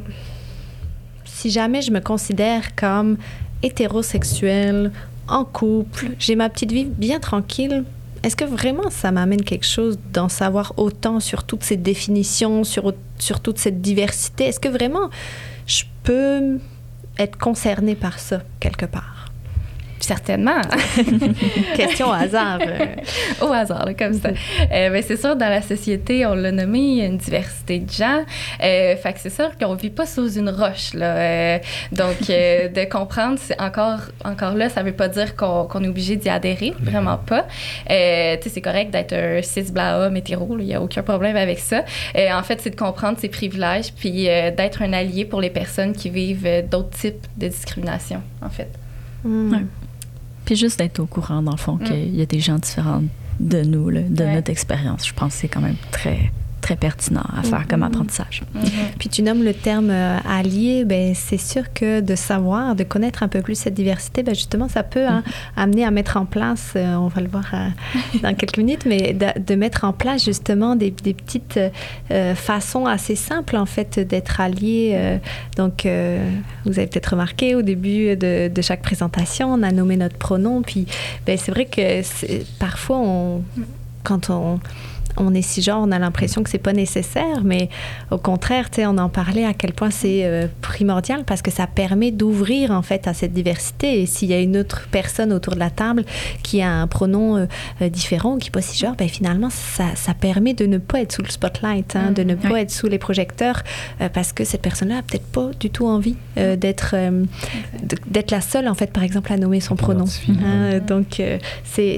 si jamais je me considère comme hétérosexuelle, en couple, j'ai ma petite vie bien tranquille, est-ce que vraiment ça m'amène quelque chose d'en savoir autant sur toutes ces définitions, sur toute cette diversité? Est-ce que vraiment je peux être concernée par ça quelque part? Certainement. Question au hasard. Au hasard, là, comme ça. Ben, c'est sûr, dans la société, on l'a nommé, il y a une diversité de gens. Fait que c'est sûr qu'on ne vit pas sous une roche. Là. Donc, de comprendre, c'est encore là, ça ne veut pas dire qu'on est obligé d'y adhérer. Vraiment pas. C'est correct d'être un cis blanc homme hétéro. Il n'y a aucun problème avec ça. En fait, c'est de comprendre ses privilèges puis d'être un allié pour les personnes qui vivent d'autres types de discrimination, en fait. Ouais. Puis juste d'être au courant, dans le fond, qu'il y a des gens différents de nous, là, de notre expérience. Je pense que c'est quand même très, très pertinent à faire comme apprentissage. Puis tu nommes le terme allié, ben c'est sûr que de savoir, de connaître un peu plus cette diversité, ben justement, ça peut amener à mettre en place, on va le voir dans quelques minutes, mais de mettre en place justement des petites façons assez simples, en fait, d'être allié. Donc, vous avez peut-être remarqué au début de chaque présentation, on a nommé notre pronom, puis ben, c'est vrai que parfois, quand on est cisgenre, on a l'impression que c'est pas nécessaire, mais au contraire, tu sais, on en parlait à quel point c'est primordial parce que ça permet d'ouvrir en fait à cette diversité. Et s'il y a une autre personne autour de la table qui a un pronom différent, qui n'est pas cisgenre, ben finalement ça permet de ne pas être sous le spotlight, de ne pas être sous les projecteurs, parce que cette personne-là a peut-être pas du tout envie d'être la seule en fait, par exemple, à nommer son pronom. Donc c'est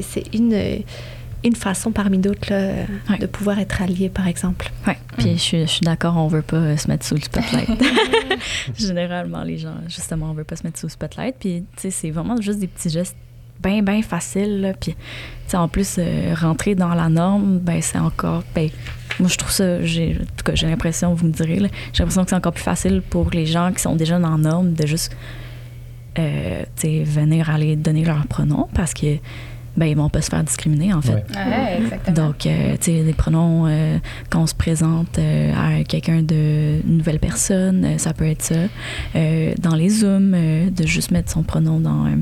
une façon parmi d'autres là, de pouvoir être allié, par exemple. Oui, puis je suis d'accord, on ne veut pas se mettre sous le spotlight. Généralement, les gens, justement, on ne veut pas se mettre sous le spotlight. Puis, tu sais, c'est vraiment juste des petits gestes bien, bien faciles. Là. Puis, tu sais, en plus, rentrer dans la norme, ben c'est encore... Ben, moi, je trouve ça... En tout cas, j'ai l'impression, vous me direz, là, j'ai l'impression que c'est encore plus facile pour les gens qui sont déjà dans la norme de juste, tu sais, venir aller donner leur pronom parce que ben ils vont pas se faire discriminer, en fait. Ouais, exactement. Donc, tu sais, des pronoms, quand on se présente à quelqu'un une nouvelle personne, ça peut être ça. Dans les Zooms, de juste mettre son pronom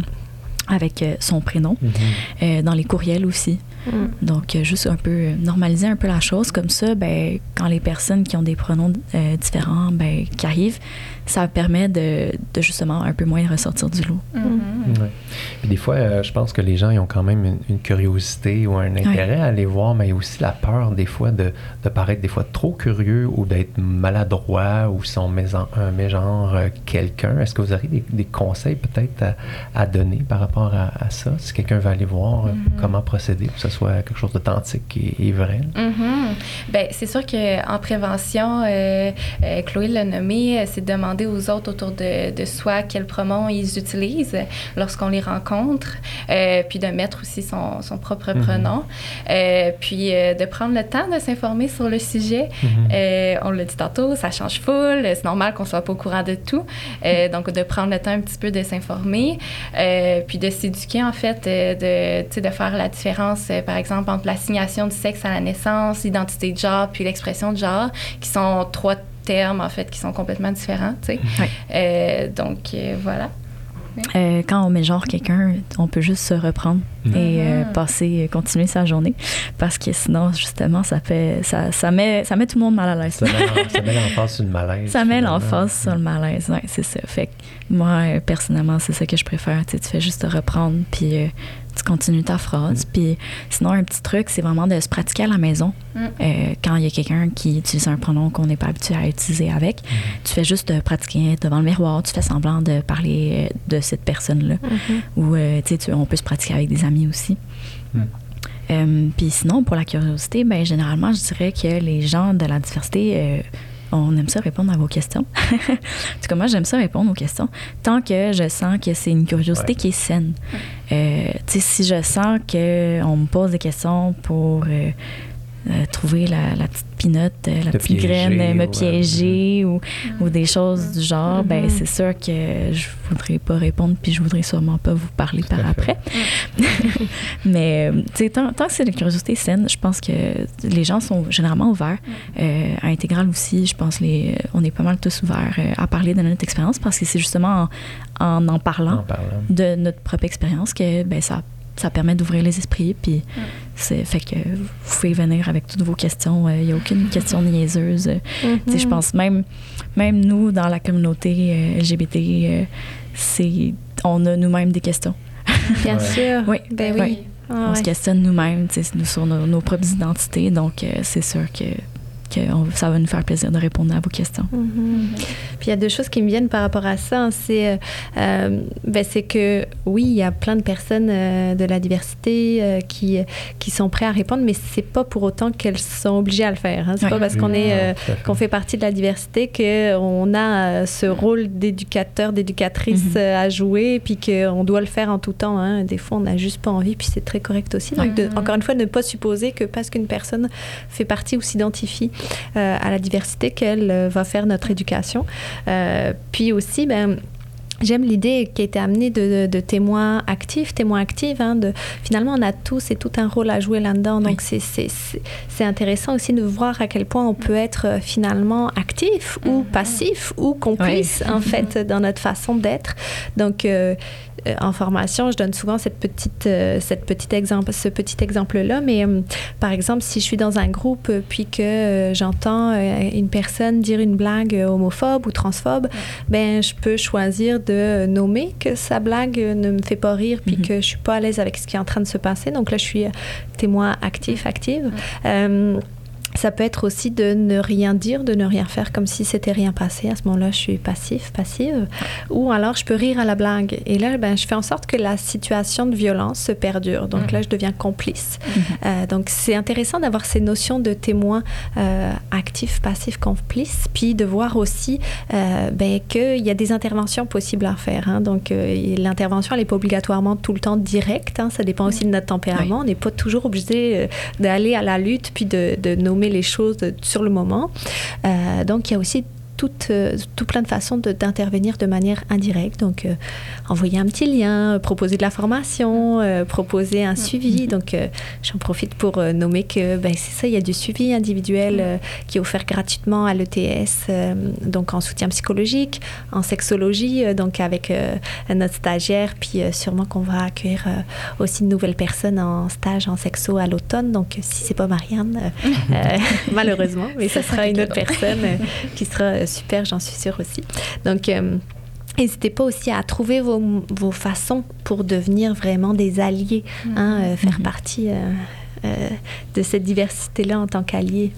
avec son prénom. Dans les courriels aussi. Donc, juste un peu normaliser un peu la chose. Comme ça, ben, quand les personnes qui ont des pronoms différents ben, qui arrivent, ça permet de justement un peu moins ressortir du lot. Ouais. Puis des fois, je pense que les gens ils ont quand même une curiosité ou un intérêt à aller voir, mais il y a aussi la peur des fois de paraître des fois trop curieux ou d'être maladroit ou si on mégenre quelqu'un. Est-ce que vous aurez des conseils peut-être à donner par rapport à ça? Si quelqu'un veut aller voir comment procéder pour que ce soit quelque chose d'authentique et vrai? Bien, c'est sûr qu'en prévention, Chloé l'a nommé, c'est de demander aux autres autour de soi quels pronoms ils utilisent lorsqu'on les rencontre, puis de mettre aussi son propre pronom, puis de prendre le temps de s'informer sur le sujet. On l'a dit tantôt, ça change full, c'est normal qu'on soit pas au courant de tout, donc de prendre le temps un petit peu de s'informer, puis de s'éduquer en fait, de faire la différence, par exemple, entre l'assignation du sexe à la naissance, l'identité de genre, puis l'expression de genre, qui sont 3 termes, en fait, qui sont complètement différents, tu sais. Donc, voilà. Quand on mégenre quelqu'un, on peut juste se reprendre et continuer sa journée, parce que sinon, justement, ça met tout le monde mal à l'aise. Ça met l'emphase sur le malaise. Ça met l'emphase sur le malaise, oui, c'est ça. Fait que moi, personnellement, c'est ça que je préfère. Tu fais juste te reprendre, puis tu continues ta phrase. Puis sinon, un petit truc, c'est vraiment de se pratiquer à la maison. Quand il y a quelqu'un qui utilise un pronom qu'on n'est pas habitué à utiliser avec, tu fais juste te pratiquer devant le miroir, tu fais semblant de parler de cette personne-là. Ou, on peut se pratiquer avec des amis aussi. Puis sinon, pour la curiosité, ben généralement, je dirais que les gens de la diversité... on aime ça répondre à vos questions. En tout cas, moi, j'aime ça répondre aux questions. Tant que je sens que c'est une curiosité qui est saine. Si je sens qu'on me pose des questions pour trouver la petite pinotte, la petite graine, me piéger ou des choses du genre, ben c'est sûr que je voudrais pas répondre puis je voudrais sûrement pas vous parler par après. Mais tant que c'est de la curiosité saine, je pense que les gens sont généralement ouverts. À Intégral aussi, je pense on est pas mal tous ouverts à parler de notre expérience parce que c'est justement en parlant de notre propre expérience que ben ça permet d'ouvrir les esprits, puis fait que vous pouvez venir avec toutes vos questions. Il n'y a aucune question niaiseuse. Je pense même nous, dans la communauté LGBT, on a nous-mêmes des questions. Bien sûr. Oui, ben oui. On se questionne nous-mêmes sur nos propres identités, donc c'est sûr que ça va nous faire plaisir de répondre à vos questions. Puis il y a deux choses qui me viennent par rapport à ça. C'est que oui, il y a plein de personnes de la diversité qui sont prêts à répondre, mais c'est pas pour autant qu'elles sont obligées à le faire. Hein. C'est pas parce qu'on fait partie de la diversité qu'on a ce rôle d'éducateur, d'éducatrice à jouer, puis qu'on doit le faire en tout temps. Hein. Des fois, on n'a juste pas envie, puis c'est très correct aussi. Donc, encore une fois, ne pas supposer que parce qu'une personne fait partie ou s'identifie à la diversité qu'elle va faire notre éducation. Puis aussi, j'aime l'idée qui a été amenée de témoins actifs, hein, finalement, on a tous et tout un rôle à jouer là-dedans. Donc, c'est intéressant aussi de voir à quel point on peut être finalement actif ou passif ou complice, en fait, dans notre façon d'être. Donc, en formation, je donne souvent ce petit exemple-là, mais par exemple, si je suis dans un groupe puis que j'entends une personne dire une blague homophobe ou transphobe, je peux choisir de nommer que sa blague ne me fait pas rire puis que je suis pas à l'aise avec ce qui est en train de se passer. Donc là, je suis témoin active. Ça peut être aussi de ne rien dire, de ne rien faire comme si c'était rien passé. À ce moment-là, je suis passive. Ou alors, je peux rire à la blague. Et là, je fais en sorte que la situation de violence se perdure. Donc là, je deviens complice. Donc, c'est intéressant d'avoir ces notions de témoin actif, passif, complice, puis de voir aussi qu'il y a des interventions possibles à faire. Hein. Donc, l'intervention, elle n'est pas obligatoirement tout le temps directe. Hein. Ça dépend aussi de notre tempérament. On n'est pas toujours obligé d'aller à la lutte puis de nommer les choses sur le moment. Donc, il y a aussi tout plein de façons d'intervenir de manière indirecte. Donc, envoyer un petit lien, proposer de la formation, proposer un suivi. Donc, j'en profite pour nommer que, c'est ça, il y a du suivi individuel qui est offert gratuitement à l'ETS, donc en soutien psychologique, en sexologie, donc avec notre stagiaire, puis sûrement qu'on va accueillir aussi de nouvelles personnes en stage en sexo à l'automne. Donc, si c'est pas Marianne, malheureusement, mais ce sera une autre personne qui sera super, j'en suis sûre aussi. Donc, n'hésitez pas aussi à trouver vos façons pour devenir vraiment des alliés, faire partie de cette diversité-là en tant qu'alliés.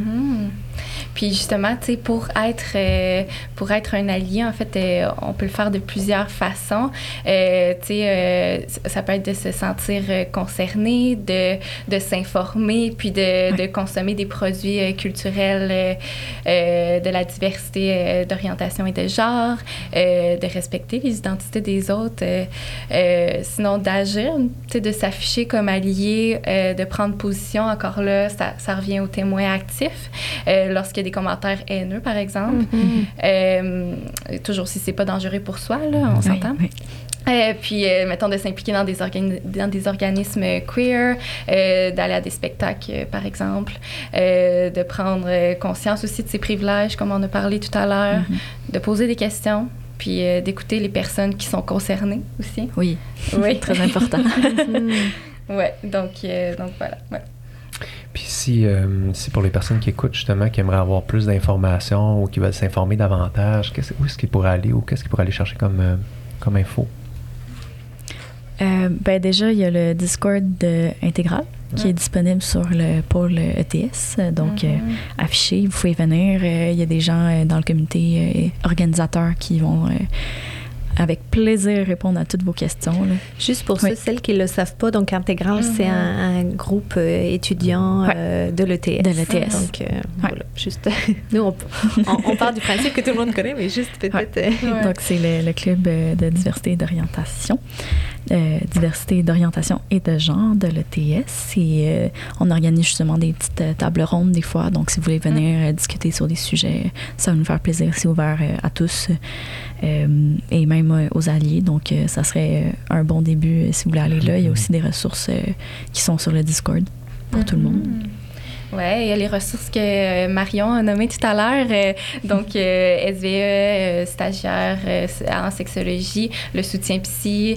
Puis justement, tu sais, pour être un allié, en fait, on peut le faire de plusieurs façons. Tu sais, ça peut être de se sentir concerné, de s'informer, puis de consommer des produits culturels de la diversité d'orientation et de genre, de respecter les identités des autres, sinon d'agir, tu sais, de s'afficher comme allié, de prendre position. Encore là, ça revient au témoin actif. Lorsqu'il y a des commentaires haineux, par exemple. Toujours si c'est pas dangereux pour soi, là, on s'entend. Oui. Puis, mettons, de s'impliquer dans des organismes queer, d'aller à des spectacles, par exemple, de prendre conscience aussi de ses privilèges, comme on a parlé tout à l'heure, de poser des questions, puis d'écouter les personnes qui sont concernées aussi. Oui, très important. Donc voilà, ouais. Puis si pour les personnes qui écoutent, justement, qui aimeraient avoir plus d'informations ou qui veulent s'informer davantage, où est-ce qu'ils pourraient aller ou qu'est-ce qu'ils pourraient aller chercher comme info? Déjà, il y a le Discord intégral qui est disponible sur le pôle ETS. Donc, affiché, vous pouvez venir. Il y a des gens dans le comité organisateur qui vont avec plaisir répondre à toutes vos questions. Là. Juste pour ceux, celles qui ne le savent pas, donc Intégral, c'est un groupe étudiant de l'ETS. De l'ETS. Donc, voilà, juste, nous, on part du principe que tout le monde connaît, mais juste peut-être... Donc, c'est le club de diversité et d'orientation. Diversité d'orientation et de genre de l'ETS. Et on organise justement des petites tables rondes des fois. Donc, si vous voulez venir discuter sur des sujets, ça va nous faire plaisir. C'est ouvert à tous et même aux alliés. Donc, ça serait un bon début si vous voulez aller là. Il y a aussi des ressources qui sont sur le Discord pour tout le monde. Oui, il y a les ressources que Marion a nommées tout à l'heure. Donc, SVE, stagiaire en sexologie, le soutien psy.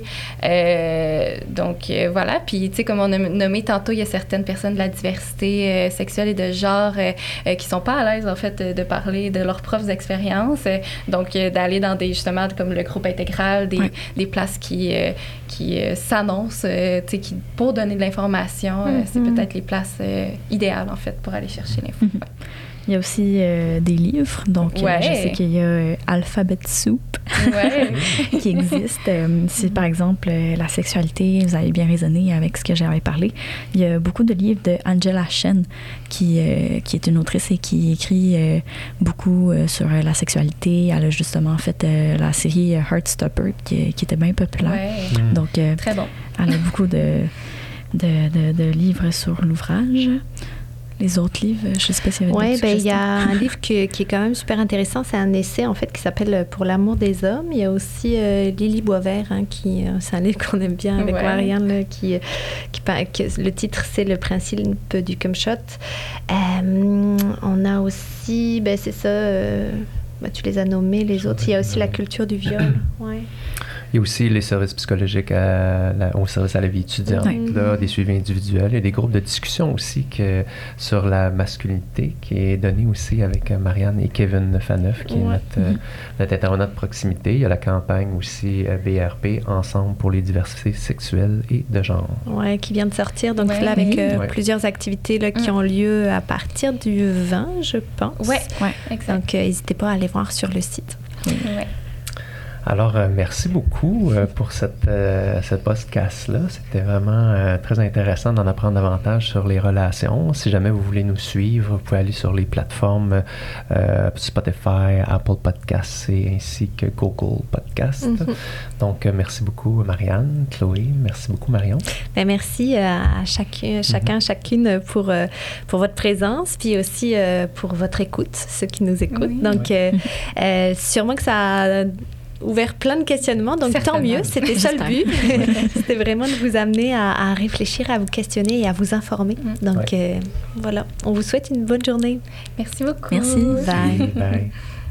Donc, voilà. Puis, tu sais, comme on a nommé tantôt, il y a certaines personnes de la diversité sexuelle et de genre qui sont pas à l'aise, en fait, de parler de leurs propres expériences. Donc, d'aller dans des, justement, comme le groupe intégral, des places qui s'annoncent, tu sais, pour donner de l'information, c'est peut-être les places idéales, en fait, pour aller chercher l'info. Il y a aussi des livres. Donc, je sais qu'il y a Alphabet Soup qui existe. Si, par exemple, la sexualité, vous avez bien raisonné avec ce que j'avais parlé, il y a beaucoup de livres de Angela Shen, qui est une autrice et qui écrit beaucoup sur la sexualité. Elle a justement fait la série Heartstopper, qui était bien populaire. Donc, très bon. Elle a beaucoup de livres sur l'ouvrage. Les autres livres, je ne sais pas s'il y avait d'autres il y a un livre qui est quand même super intéressant. C'est un essai, en fait, qui s'appelle « Pour l'amour des hommes ». Il y a aussi Lily Boisvert, c'est un livre qu'on aime bien avec Marianne, là, le titre, c'est « Le principe du cum shot ». On a aussi, c'est ça, tu les as nommés, les autres. Il y a aussi la culture du viol. Il y a aussi les services psychologiques au service à la vie étudiante, là, des suivis individuels et des groupes de discussion aussi sur la masculinité qui est donné aussi avec Marianne et Kevin Faneuf, qui est notre intervenant de proximité. Il y a la campagne aussi BRP, Ensemble pour les diversités sexuelles et de genre. Oui, qui vient de sortir. Donc là, avec plusieurs activités là, qui ont lieu à partir du 20, je pense. Oui, exact. Donc, n'hésitez pas à aller voir sur le site. Alors, merci beaucoup pour cette podcast-là. C'était vraiment très intéressant d'en apprendre davantage sur les relations. Si jamais vous voulez nous suivre, vous pouvez aller sur les plateformes Spotify, Apple Podcasts et ainsi que Google Podcasts. Donc, merci beaucoup, Marianne, Chloé. Merci beaucoup, Marion. Merci à chacune pour votre présence, puis aussi pour votre écoute, ceux qui nous écoutent. Donc, sûrement que ça a ouvert plein de questionnements, donc tant mieux, c'était ça le but. C'était vraiment de vous amener à réfléchir, à vous questionner et à vous informer. Donc voilà, on vous souhaite une bonne journée. Merci beaucoup. Merci. Bye. Bye.